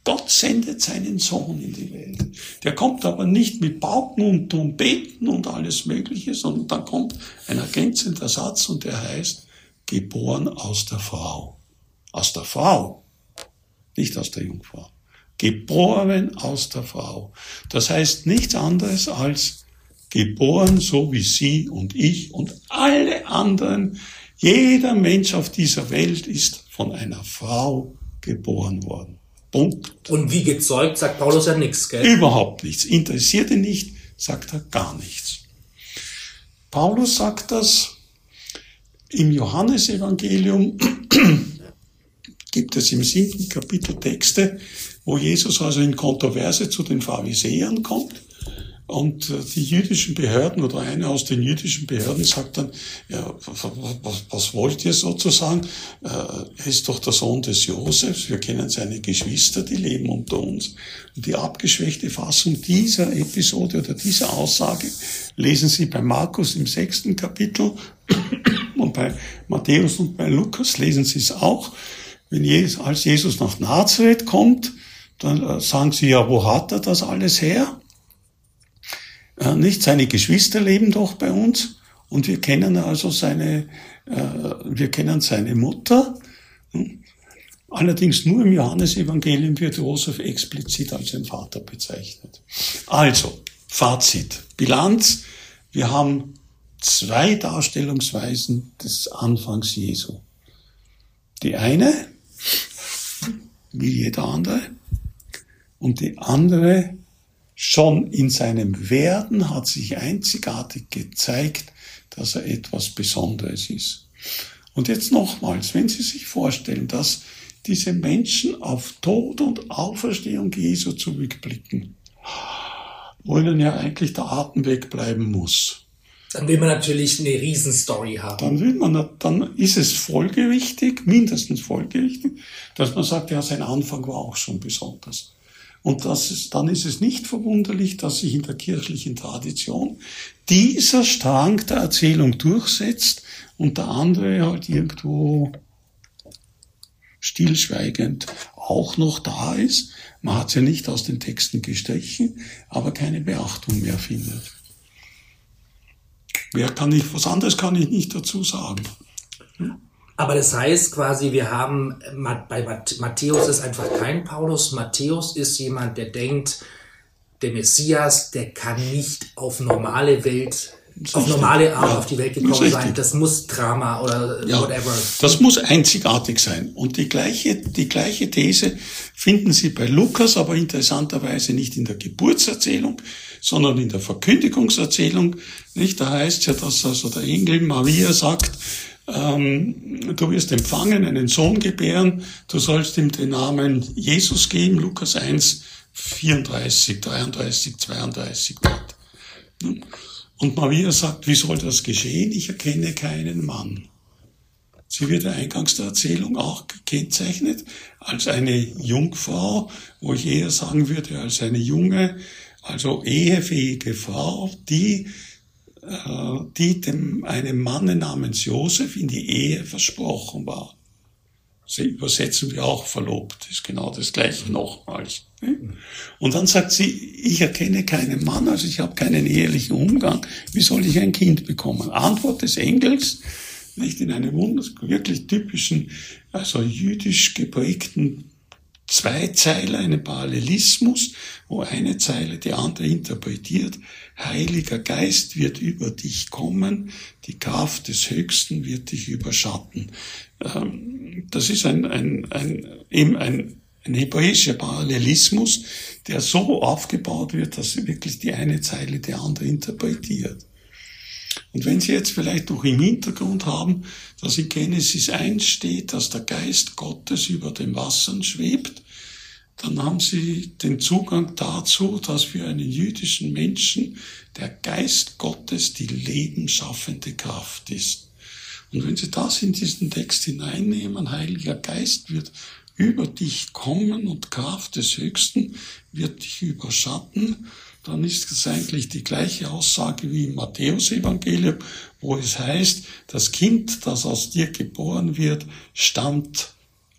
Gott sendet seinen Sohn in die Welt. Der kommt aber nicht mit Pauken und Trompeten und alles Mögliche, sondern dann kommt ein ergänzender Satz und der heißt, geboren aus der Frau. Aus der Frau, nicht aus der Jungfrau. Geboren aus der Frau. Das heißt nichts anderes als geboren, so wie Sie und ich und alle anderen. Jeder Mensch auf dieser Welt ist von einer Frau geboren worden. Punkt. Und wie gezeugt, sagt Paulus ja nichts, gell? Überhaupt nichts. Interessiert ihn nicht, sagt er gar nichts. Paulus sagt das im Johannesevangelium, gibt es im siebten Kapitel Texte, wo Jesus also in Kontroverse zu den Pharisäern kommt. Und die jüdischen Behörden oder einer aus den jüdischen Behörden sagt dann, ja, was, was wollt ihr sozusagen? Er ist doch der Sohn des Josefs, wir kennen seine Geschwister, die leben unter uns. Und die abgeschwächte Fassung dieser Episode oder dieser Aussage lesen Sie bei Markus im sechsten Kapitel und bei Matthäus und bei Lukas lesen Sie es auch. Wenn Jesus, als Jesus nach Nazareth kommt, dann sagen Sie, ja, wo hat er das alles her? Äh, nicht seine Geschwister leben doch bei uns und wir kennen also seine, äh, wir kennen seine Mutter. Hm? Allerdings nur im Johannesevangelium wird Josef explizit als sein Vater bezeichnet. Also, Fazit, Bilanz, wir haben zwei Darstellungsweisen des Anfangs Jesu. Die eine, wie jeder andere, und die andere, schon in seinem Werden hat sich einzigartig gezeigt, dass er etwas Besonderes ist. Und jetzt nochmals, wenn Sie sich vorstellen, dass diese Menschen auf Tod und Auferstehung Jesu zurückblicken, wo ihnen ja eigentlich der Atem wegbleiben muss. Dann will man natürlich eine Riesenstory haben. Dann will man, dann ist es folgerichtig, mindestens folgerichtig, dass man sagt, ja, sein Anfang war auch schon besonders. Und das ist, dann ist es nicht verwunderlich, dass sich in der kirchlichen Tradition dieser Strang der Erzählung durchsetzt und der andere halt irgendwo stillschweigend auch noch da ist. Man hat es ja nicht aus den Texten gestrichen, aber keine Beachtung mehr findet. Wer kann ich, was anderes kann ich nicht dazu sagen. Aber das heißt quasi, wir haben, bei Matthäus ist einfach kein Paulus. Matthäus ist jemand, der denkt, der Messias, der kann nicht auf normale Welt, auf normale Art ja, auf die Welt gekommen sein. Das muss Drama oder ja, whatever. Das muss einzigartig sein. Und die gleiche, die gleiche These finden Sie bei Lukas, aber interessanterweise nicht in der Geburtserzählung, sondern in der Verkündigungserzählung. Nicht? Da heißt es ja, dass also der Engel Maria sagt, Ähm, du wirst empfangen, einen Sohn gebären, du sollst ihm den Namen Jesus geben, Lukas eins, vierunddreißig, dreiunddreißig, zweiunddreißig. Und Maria sagt, wie soll das geschehen? Ich erkenne keinen Mann. Sie wird eingangs der Erzählung auch gekennzeichnet als eine Jungfrau, wo ich eher sagen würde, als eine junge, also ehefähige Frau, die die dem einem Manne namens Josef in die Ehe versprochen war. Sie übersetzen wir auch verlobt, ist genau das Gleiche nochmals. Und dann sagt sie, ich erkenne keinen Mann, also ich habe keinen ehelichen Umgang, wie soll ich ein Kind bekommen? Antwort des Engels, nicht in einem wirklich typischen, also jüdisch geprägten Zweizeiler, einen Parallelismus, wo eine Zeile die andere interpretiert. Heiliger Geist wird über dich kommen, die Kraft des Höchsten wird dich überschatten. Das ist ein, ein, ein, eben ein, ein hebräischer Parallelismus, der so aufgebaut wird, dass wirklich die eine Zeile die andere interpretiert. Und wenn Sie jetzt vielleicht noch im Hintergrund haben, dass in Genesis eins steht, dass der Geist Gottes über den Wassern schwebt, dann haben Sie den Zugang dazu, dass für einen jüdischen Menschen der Geist Gottes die lebensschaffende Kraft ist. Und wenn Sie das in diesen Text hineinnehmen, Heiliger Geist wird über dich kommen und Kraft des Höchsten wird dich überschatten, dann ist es eigentlich die gleiche Aussage wie im Matthäus-Evangelium, wo es heißt, das Kind, das aus dir geboren wird, stammt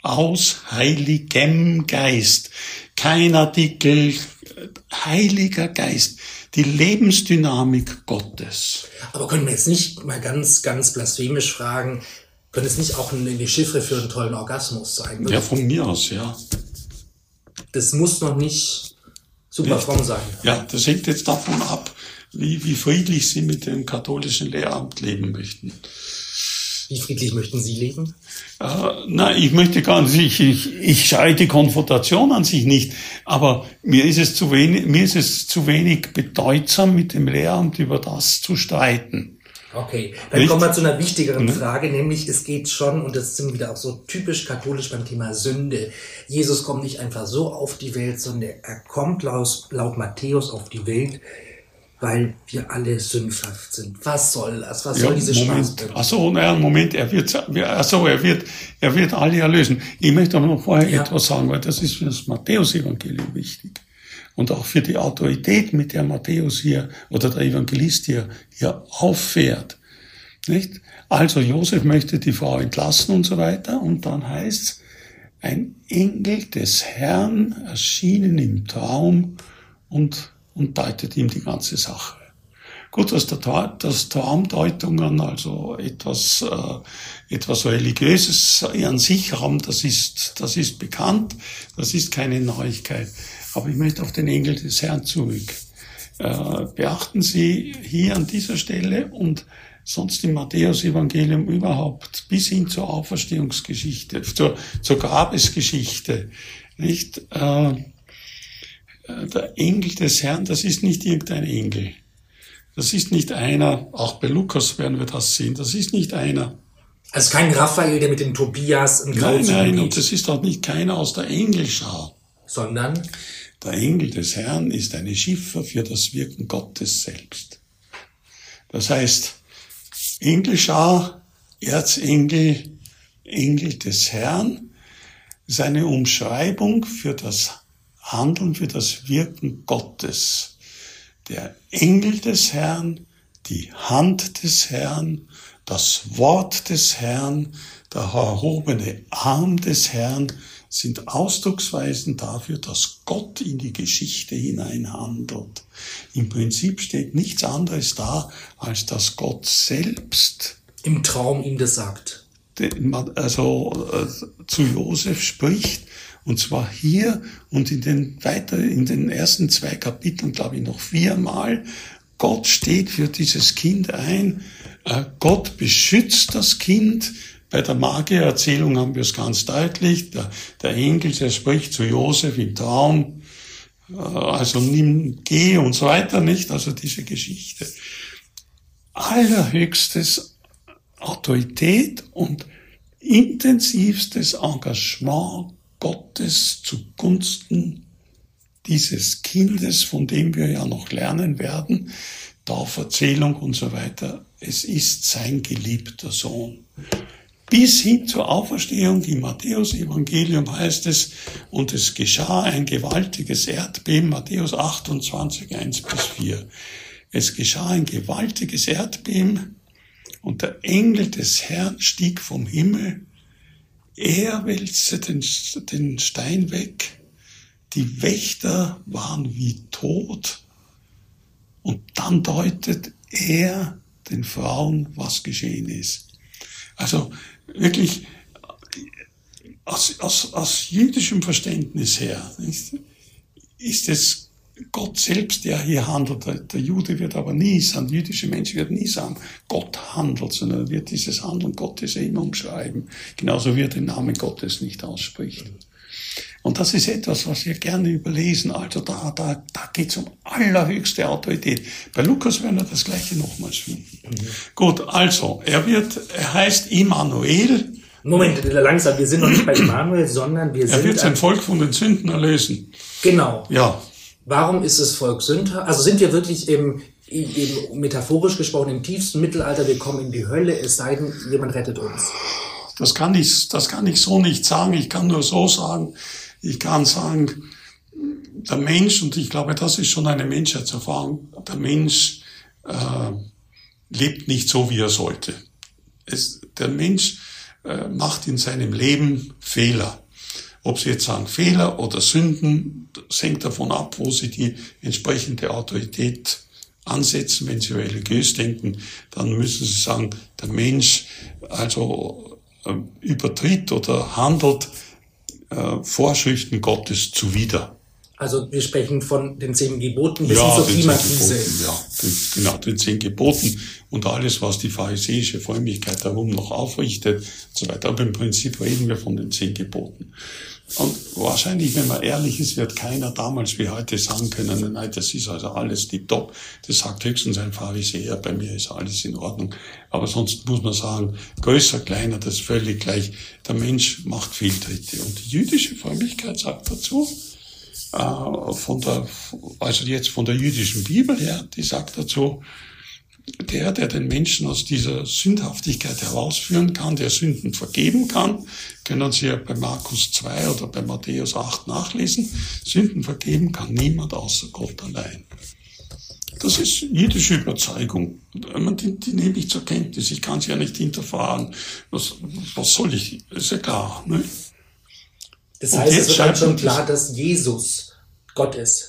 aus heiligem Geist. Kein Artikel, Heiliger Geist. Die Lebensdynamik Gottes. Aber können wir jetzt nicht mal ganz, ganz blasphemisch fragen, könnte es nicht auch eine Chiffre für einen tollen Orgasmus sein? Ja, von mir aus, ja. Das muss noch nicht super fromm sein. Ja, das hängt jetzt davon ab, wie, wie friedlich Sie mit dem katholischen Lehramt leben möchten. Wie friedlich möchten Sie leben? Äh, nein, ich möchte gar nicht, ich, ich, ich scheue die Konfrontation an sich nicht, aber mir ist es zu wenig, mir ist es zu wenig bedeutsam, mit dem Lehramt über das zu streiten. Okay, dann nicht? Kommen wir zu einer wichtigeren Frage, nämlich es geht schon, und das sind wieder auch so typisch katholisch beim Thema Sünde. Jesus kommt nicht einfach so auf die Welt, sondern er kommt laut, laut Matthäus auf die Welt, weil wir alle sündhaft sind. Was soll das? Was ja, soll diese Spaß? Ach so, naja, Moment, er wird, ach so, er wird, er wird alle erlösen. Ich möchte aber noch vorher ja. etwas sagen, weil das ist für das Matthäus-Evangelium wichtig. Und auch für die Autorität, mit der Matthäus hier, oder der Evangelist hier, hier auffährt. Nicht? Also, Josef möchte die Frau entlassen und so weiter, und dann heißt's, ein Engel des Herrn erschienen im Traum und und deutet ihm die ganze Sache. Gut, dass, der, dass Traumdeutungen also etwas, äh, etwas Religiöses an sich haben, das ist, das ist bekannt, das ist keine Neuigkeit. Aber ich möchte auf den Engel des Herrn zurück. Äh, beachten Sie hier an dieser Stelle und sonst im Matthäus-Evangelium überhaupt bis hin zur Auferstehungsgeschichte, zur, zur Grabesgeschichte, nicht? Äh, Der Engel des Herrn, das ist nicht irgendein Engel. Das ist nicht einer, auch bei Lukas werden wir das sehen, das ist nicht einer. Also kein Raphael, der mit dem Tobias im Nein, nein, und das ist auch nicht keiner aus der Engelschar. Sondern? Der Engel des Herrn ist eine Schiffer für das Wirken Gottes selbst. Das heißt, Engelschar, Erzengel, Engel des Herrn ist eine Umschreibung für das Handeln, für das Wirken Gottes. Der Engel des Herrn, die Hand des Herrn, das Wort des Herrn, der erhobene Arm des Herrn sind Ausdrucksweisen dafür, dass Gott in die Geschichte hinein handelt. Im Prinzip steht nichts anderes da, als dass Gott selbst im Traum ihm das sagt. Also äh, zu Josef spricht. Und zwar hier und in den weiter, in den ersten zwei Kapiteln, glaube ich, noch viermal. Gott steht für dieses Kind ein. Gott beschützt das Kind. Bei der Magiererzählung haben wir es ganz deutlich. Der, der Engel, der spricht zu Josef im Traum. Also nimm, geh und so weiter, nicht? Also diese Geschichte. Allerhöchstes Autorität und intensivstes Engagement Gottes zugunsten dieses Kindes, von dem wir ja noch lernen werden, Tauferzählung und so weiter. Es ist sein geliebter Sohn. Bis hin zur Auferstehung im Matthäus-Evangelium heißt es, und es geschah ein gewaltiges Erdbeben, Matthäus achtundzwanzig, eins bis vier. Es geschah ein gewaltiges Erdbeben und der Engel des Herrn stieg vom Himmel. Er wälzte den, den Stein weg, die Wächter waren wie tot und dann deutet er den Frauen, was geschehen ist. Also wirklich aus, aus, aus jüdischem Verständnis her ist, ist es Gott selbst, der hier handelt. Der, der Jude wird aber nie sagen, jüdische Menschen werden nie sagen, Gott handelt, sondern er wird dieses Handeln Gottes immer umschreiben. Genauso wie er den Namen Gottes nicht ausspricht. Und das ist etwas, was wir gerne überlesen. Also da, da, da geht es um allerhöchste Autorität. Bei Lukas werden wir das Gleiche nochmals finden. Mhm. Gut, also, er wird, er heißt Immanuel. Moment, langsam, wir sind noch nicht bei Immanuel, sondern wir sind... Er wird sein Volk von den Sünden erlösen. Genau. Ja. Warum ist das Volk sündhaft? Also sind wir wirklich im, im, metaphorisch gesprochen, im tiefsten Mittelalter, wir kommen in die Hölle, es sei denn, jemand rettet uns? Das kann ich, das kann ich so nicht sagen. Ich kann nur so sagen, ich kann sagen, der Mensch, und ich glaube, das ist schon eine Menschheitserfahrung, der Mensch äh, lebt nicht so, wie er sollte. Es, der Mensch äh, macht in seinem Leben Fehler. Ob Sie jetzt sagen Fehler oder Sünden, das hängt davon ab, wo Sie die entsprechende Autorität ansetzen. Wenn Sie religiös denken, dann müssen Sie sagen, der Mensch also äh, übertritt oder handelt äh, Vorschriften Gottes zuwider. Also wir sprechen von den zehn Geboten bis ja, hin zur Klimakrise. Ja, den, genau, den zehn Geboten und alles, was die pharisäische Frömmigkeit darum noch aufrichtet und so weiter. Aber im Prinzip reden wir von den zehn Geboten. Und wahrscheinlich, wenn man ehrlich ist, wird keiner damals wie heute sagen können, nein, das ist also alles tipptopp. Das sagt höchstens ein Pharisäer, bei mir ist alles in Ordnung. Aber sonst muss man sagen, größer, kleiner, das ist völlig gleich. Der Mensch macht Fehltritte. Und die jüdische Frömmigkeit sagt dazu, äh, von der, also jetzt von der jüdischen Bibel her, die sagt dazu, der, der den Menschen aus dieser Sündhaftigkeit herausführen kann, der Sünden vergeben kann, können Sie ja bei Markus zwei oder bei Matthäus acht nachlesen, Sünden vergeben kann niemand außer Gott allein. Das ist jüdische Überzeugung. Die, die nehme ich zur Kenntnis. Ich kann sie ja nicht hinterfragen. Was, was soll ich? Ist ja klar. Ne? Das heißt, es wird dann schon klar, dass Jesus Gott ist.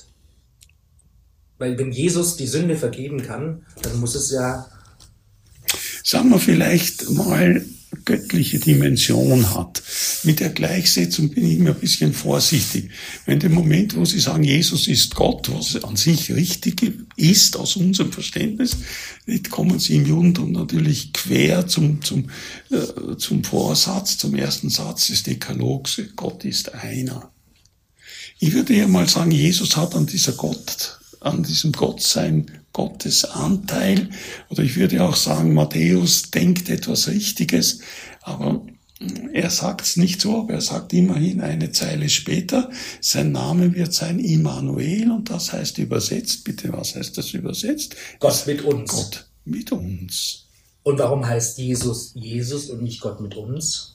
Weil wenn Jesus die Sünde vergeben kann, dann muss es ja... Sagen wir vielleicht mal göttliche Dimension hat. Mit der Gleichsetzung bin ich immer ein bisschen vorsichtig. Wenn der Moment, wo Sie sagen, Jesus ist Gott, was an sich richtig ist aus unserem Verständnis, nicht kommen Sie im Judentum natürlich quer zum, zum, äh, zum Vorsatz, zum ersten Satz des Dekalogs, Gott ist einer. Ich würde ja mal sagen, Jesus hat an dieser Gott, an diesem Gottsein Gottes Anteil, oder ich würde auch sagen, Matthäus denkt etwas Richtiges, aber er sagt es nicht so, aber er sagt immerhin eine Zeile später, sein Name wird sein Immanuel, und das heißt übersetzt, bitte, was heißt das übersetzt? Gott mit uns. Gott mit uns. Und warum heißt Jesus Jesus und nicht Gott mit uns?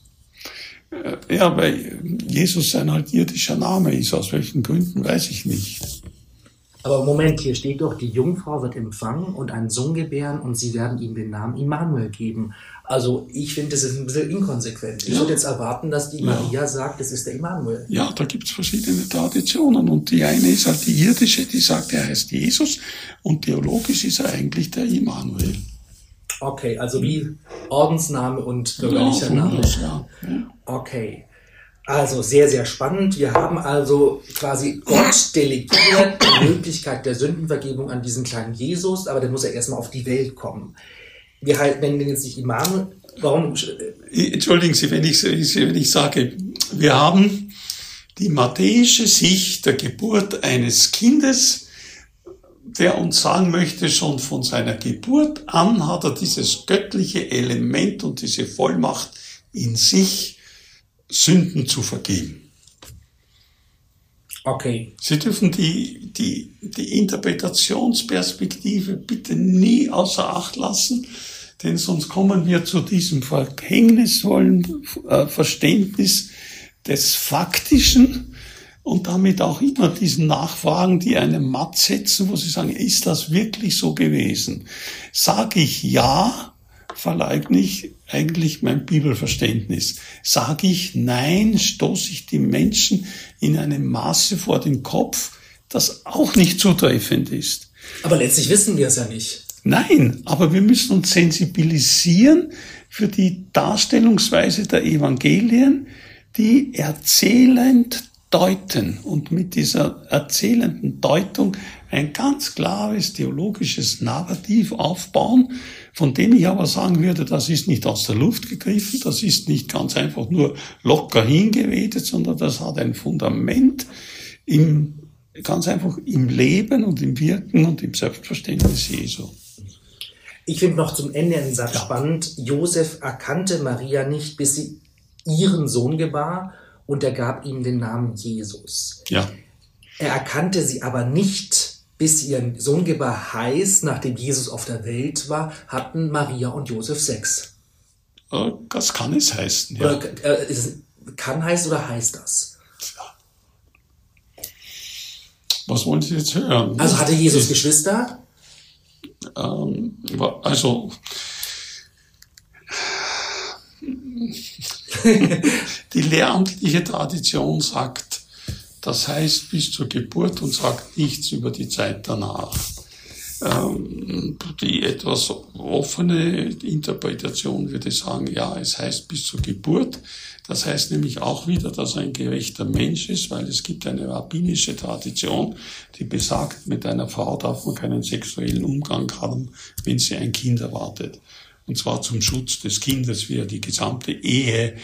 Ja, weil Jesus sein halt irdischer Name ist, aus welchen Gründen, weiß ich nicht. Aber Moment, hier steht doch, die Jungfrau wird empfangen und einen Sohn gebären und sie werden ihm den Namen Immanuel geben. Also ich finde, das ist ein bisschen inkonsequent. Ich ja. würde jetzt erwarten, dass die Maria ja. sagt, das ist der Immanuel. Ja, da gibt's verschiedene Traditionen und die eine ist halt die irdische, die sagt, er heißt Jesus, und theologisch ist er eigentlich der Immanuel. Okay, also wie Ordensname und bürgerlicher ja, Name. Ja. Okay. Also sehr, sehr spannend. Wir haben also quasi Gott delegiert die Möglichkeit der Sündenvergebung an diesen kleinen Jesus, aber der muss ja erstmal auf die Welt kommen. Wir halt, nennen den jetzt nicht Immanuel. Warum? Entschuldigen Sie, wenn ich, wenn ich sage, wir haben die matthäische Sicht der Geburt eines Kindes, der uns sagen möchte, schon von seiner Geburt an hat er dieses göttliche Element und diese Vollmacht in sich, Sünden zu vergeben. Okay. Sie dürfen die, die, die Interpretationsperspektive bitte nie außer Acht lassen, denn sonst kommen wir zu diesem verhängnisvollen äh, Verständnis des Faktischen und damit auch immer diesen Nachfragen, die einen matt setzen, wo sie sagen, ist das wirklich so gewesen? Sage ich ja, verleugne ich eigentlich mein Bibelverständnis. Sage ich nein, stoße ich die Menschen in einem Maße vor den Kopf, das auch nicht zutreffend ist. Aber letztlich wissen wir es ja nicht. Nein, aber wir müssen uns sensibilisieren für die Darstellungsweise der Evangelien, die erzählend deuten und mit dieser erzählenden Deutung ein ganz klares theologisches Narrativ aufbauen, von dem ich aber sagen würde, das ist nicht aus der Luft gegriffen, das ist nicht ganz einfach nur locker hingeredet, sondern das hat ein Fundament im, ganz einfach im Leben und im Wirken und im Selbstverständnis Jesu. Ich finde noch zum Ende einen Satz ja. spannend. Josef erkannte Maria nicht, bis sie ihren Sohn gebar, und er gab ihm den Namen Jesus. Ja. Er erkannte sie aber nicht, bis sie ihren Sohn gebar, heißt, nachdem Jesus auf der Welt war, hatten Maria und Josef Sex. Das kann es heißen, ja. Oder, äh, es kann heißen oder heißt das? Ja. Was wollen Sie jetzt hören? Also hatte Jesus Geschwister? Ähm, also... Die lehramtliche Tradition sagt, das heißt bis zur Geburt und sagt nichts über die Zeit danach. Die etwas offene Interpretation würde sagen, ja, es heißt bis zur Geburt. Das heißt nämlich auch wieder, dass er ein gerechter Mensch ist, weil es gibt eine rabbinische Tradition, die besagt, mit einer Frau darf man keinen sexuellen Umgang haben, wenn sie ein Kind erwartet. Und zwar zum Schutz des Kindes, wie er die gesamte Ehe,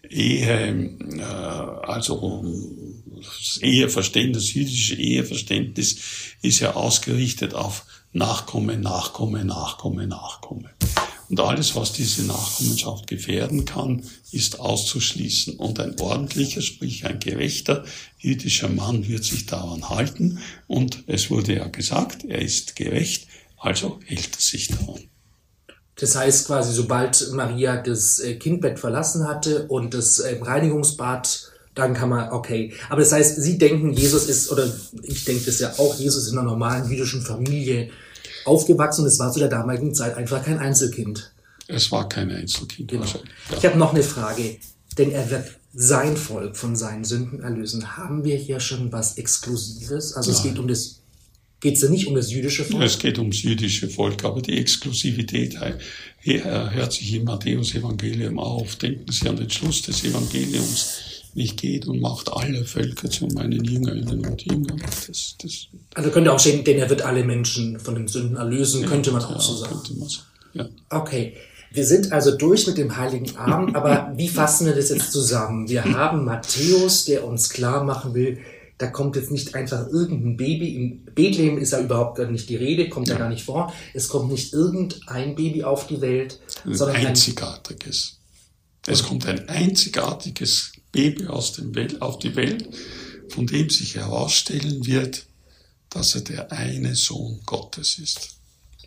Ehe, äh, also das Eheverständnis, das jüdische Eheverständnis ist ja ausgerichtet auf Nachkomme, Nachkomme, Nachkomme, Nachkomme. Und alles, was diese Nachkommenschaft gefährden kann, ist auszuschließen. Und ein ordentlicher, sprich ein gerechter jüdischer Mann wird sich daran halten. Und es wurde ja gesagt, er ist gerecht, also hält er sich daran. Das heißt quasi, sobald Maria das Kindbett verlassen hatte und das Reinigungsbad, dann kann man, okay. Aber das heißt, Sie denken, Jesus ist, oder ich denke das ja auch, Jesus ist in einer normalen jüdischen Familie aufgewachsen und es war zu der damaligen Zeit einfach kein Einzelkind. Es war kein Einzelkind. Genau. Also, ja. Ich habe noch eine Frage, denn er wird sein Volk von seinen Sünden erlösen. Haben wir hier schon was Exklusives? Also Nein. es geht um das, geht's ja nicht um das jüdische Volk? Es geht ums jüdische Volk, aber die Exklusivität hört sich im Matthäus-Evangelium auf. Denken Sie an den Schluss des Evangeliums. Nicht geht und macht alle Völker zu meinen Jüngerinnen und Jüngern. Das, das also könnte auch stehen, denn er wird alle Menschen von den Sünden erlösen, ja, könnte man auch ja, so sagen. Könnte man so, ja. Okay, wir sind also durch mit dem Heiligen Abend, aber wie fassen wir das jetzt zusammen? Wir haben Matthäus, der uns klar machen will, da kommt jetzt nicht einfach irgendein Baby, in Bethlehem ist ja überhaupt gar nicht die Rede, kommt ja, ja gar nicht vor, es kommt nicht irgendein Baby auf die Welt, ein sondern einzigartiges. Ein es kommt ein einzigartiges Baby aus dem Welt, auf die Welt, von dem sich herausstellen wird, dass er der eine Sohn Gottes ist.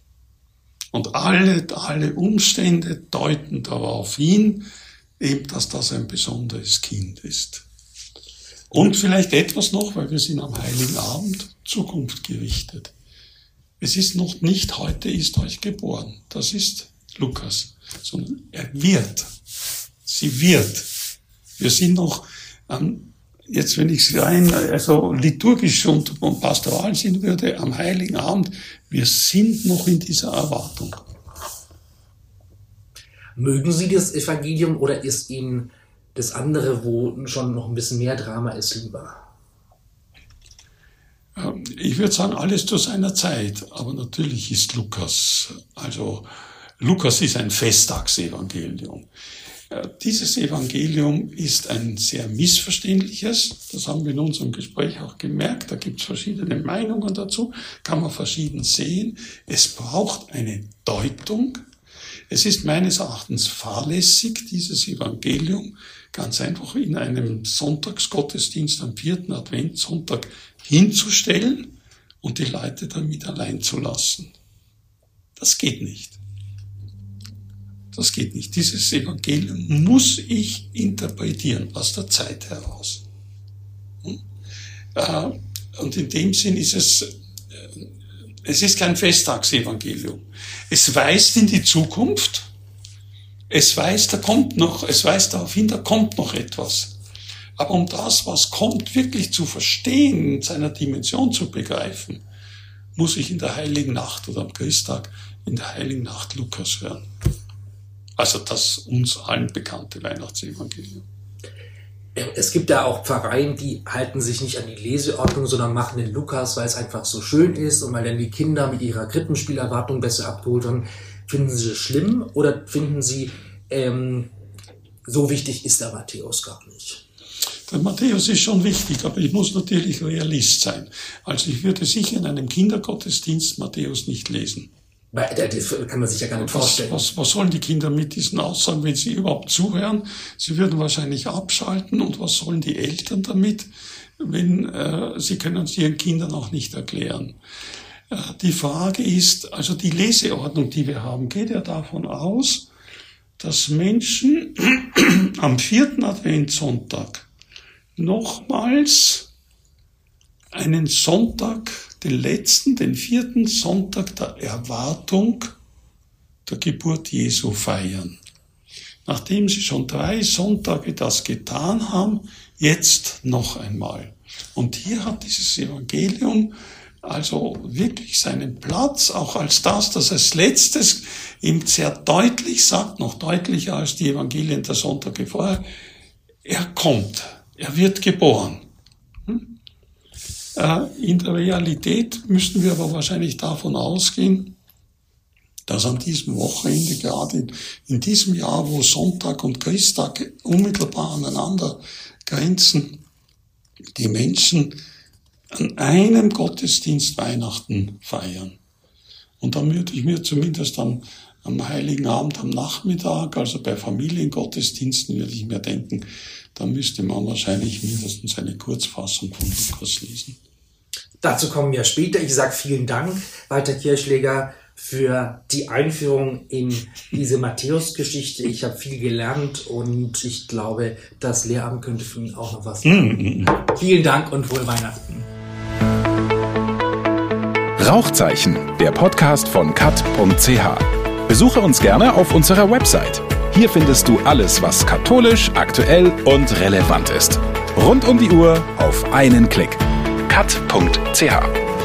Und alle, alle Umstände deuten darauf hin, eben, dass das ein besonderes Kind ist. Und vielleicht etwas noch, weil wir sind am Heiligen Abend, Zukunft gerichtet. Es ist noch nicht, heute ist euch geboren. Das ist Lukas. Sondern er wird. Sie wird. Wir sind noch, ähm, jetzt wenn ich es rein, also liturgisch und, und pastoral sehen würde, am Heiligen Abend, wir sind noch in dieser Erwartung. Mögen Sie das Evangelium oder ist Ihnen das andere, wo schon noch ein bisschen mehr Drama ist, lieber? Ähm, ich würde sagen, alles zu seiner Zeit, aber natürlich ist Lukas, also Lukas ist ein Festtagsevangelium. Dieses Evangelium ist ein sehr missverständliches, das haben wir in unserem Gespräch auch gemerkt, da gibt es verschiedene Meinungen dazu, kann man verschieden sehen. Es braucht eine Deutung. Es ist meines Erachtens fahrlässig, dieses Evangelium ganz einfach in einem Sonntagsgottesdienst am vierten Adventssonntag hinzustellen und die Leute damit allein zu lassen. Das geht nicht. Das geht nicht. Dieses Evangelium muss ich interpretieren aus der Zeit heraus. Und in dem Sinn ist es, es ist kein Festtagsevangelium. Es weist in die Zukunft. Es weist, da kommt noch, es weist darauf hin, da kommt noch etwas. Aber um das, was kommt, wirklich zu verstehen, in seiner Dimension zu begreifen, muss ich in der Heiligen Nacht oder am Christtag in der Heiligen Nacht Lukas hören. Also das uns allen bekannte Weihnachtsevangelium. Es gibt ja auch Pfarreien, die halten sich nicht an die Leseordnung, sondern machen den Lukas, weil es einfach so schön ist und weil dann die Kinder mit ihrer Krippenspielerwartung besser abgeholt werden. Finden Sie das schlimm oder finden Sie, ähm, so wichtig ist der Matthäus gar nicht? Der Matthäus ist schon wichtig, aber ich muss natürlich Realist sein. Also ich würde sicher in einem Kindergottesdienst Matthäus nicht lesen. Das kann man sich ja gar nicht was, vorstellen. Was, was sollen die Kinder mit diesen Aussagen, wenn sie überhaupt zuhören? Sie würden wahrscheinlich abschalten. Und was sollen die Eltern damit, wenn äh, sie können es ihren Kindern auch nicht erklären? Äh, die Frage ist, also die Leseordnung, die wir haben, geht ja davon aus, dass Menschen am vierten Adventssonntag nochmals einen Sonntag, den letzten, den vierten Sonntag der Erwartung der Geburt Jesu feiern. nachdem sie schon drei Sonntage das getan haben, jetzt noch einmal. Und hier hat dieses Evangelium also wirklich seinen Platz, auch als das, das als letztes ihm sehr deutlich sagt, noch deutlicher als die Evangelien der Sonntage vorher, er kommt, er wird geboren. Hm? Äh, in der Realität müssten wir aber wahrscheinlich davon ausgehen, dass an diesem Wochenende, gerade in, in diesem Jahr, wo Sonntag und Christtag unmittelbar aneinander grenzen, die Menschen an einem Gottesdienst Weihnachten feiern. Und dann würde ich mir zumindest am, am Heiligen Abend am Nachmittag, also bei Familiengottesdiensten, würde ich mir denken, da müsste man wahrscheinlich mindestens eine Kurzfassung von Lukas lesen. Dazu kommen wir später. Ich sage vielen Dank, Walter Kirchleger, für die Einführung in diese Matthäus-Geschichte. Ich habe viel gelernt und ich glaube, das Lehramt könnte für ihn auch noch was machen. Mm-hmm. Vielen Dank und frohe Weihnachten. Rauchzeichen, der Podcast von kat punkt c h. Besuche uns gerne auf unserer Website. Hier findest du alles, was katholisch, aktuell und relevant ist. Rund um die Uhr auf einen Klick. kat punkt c h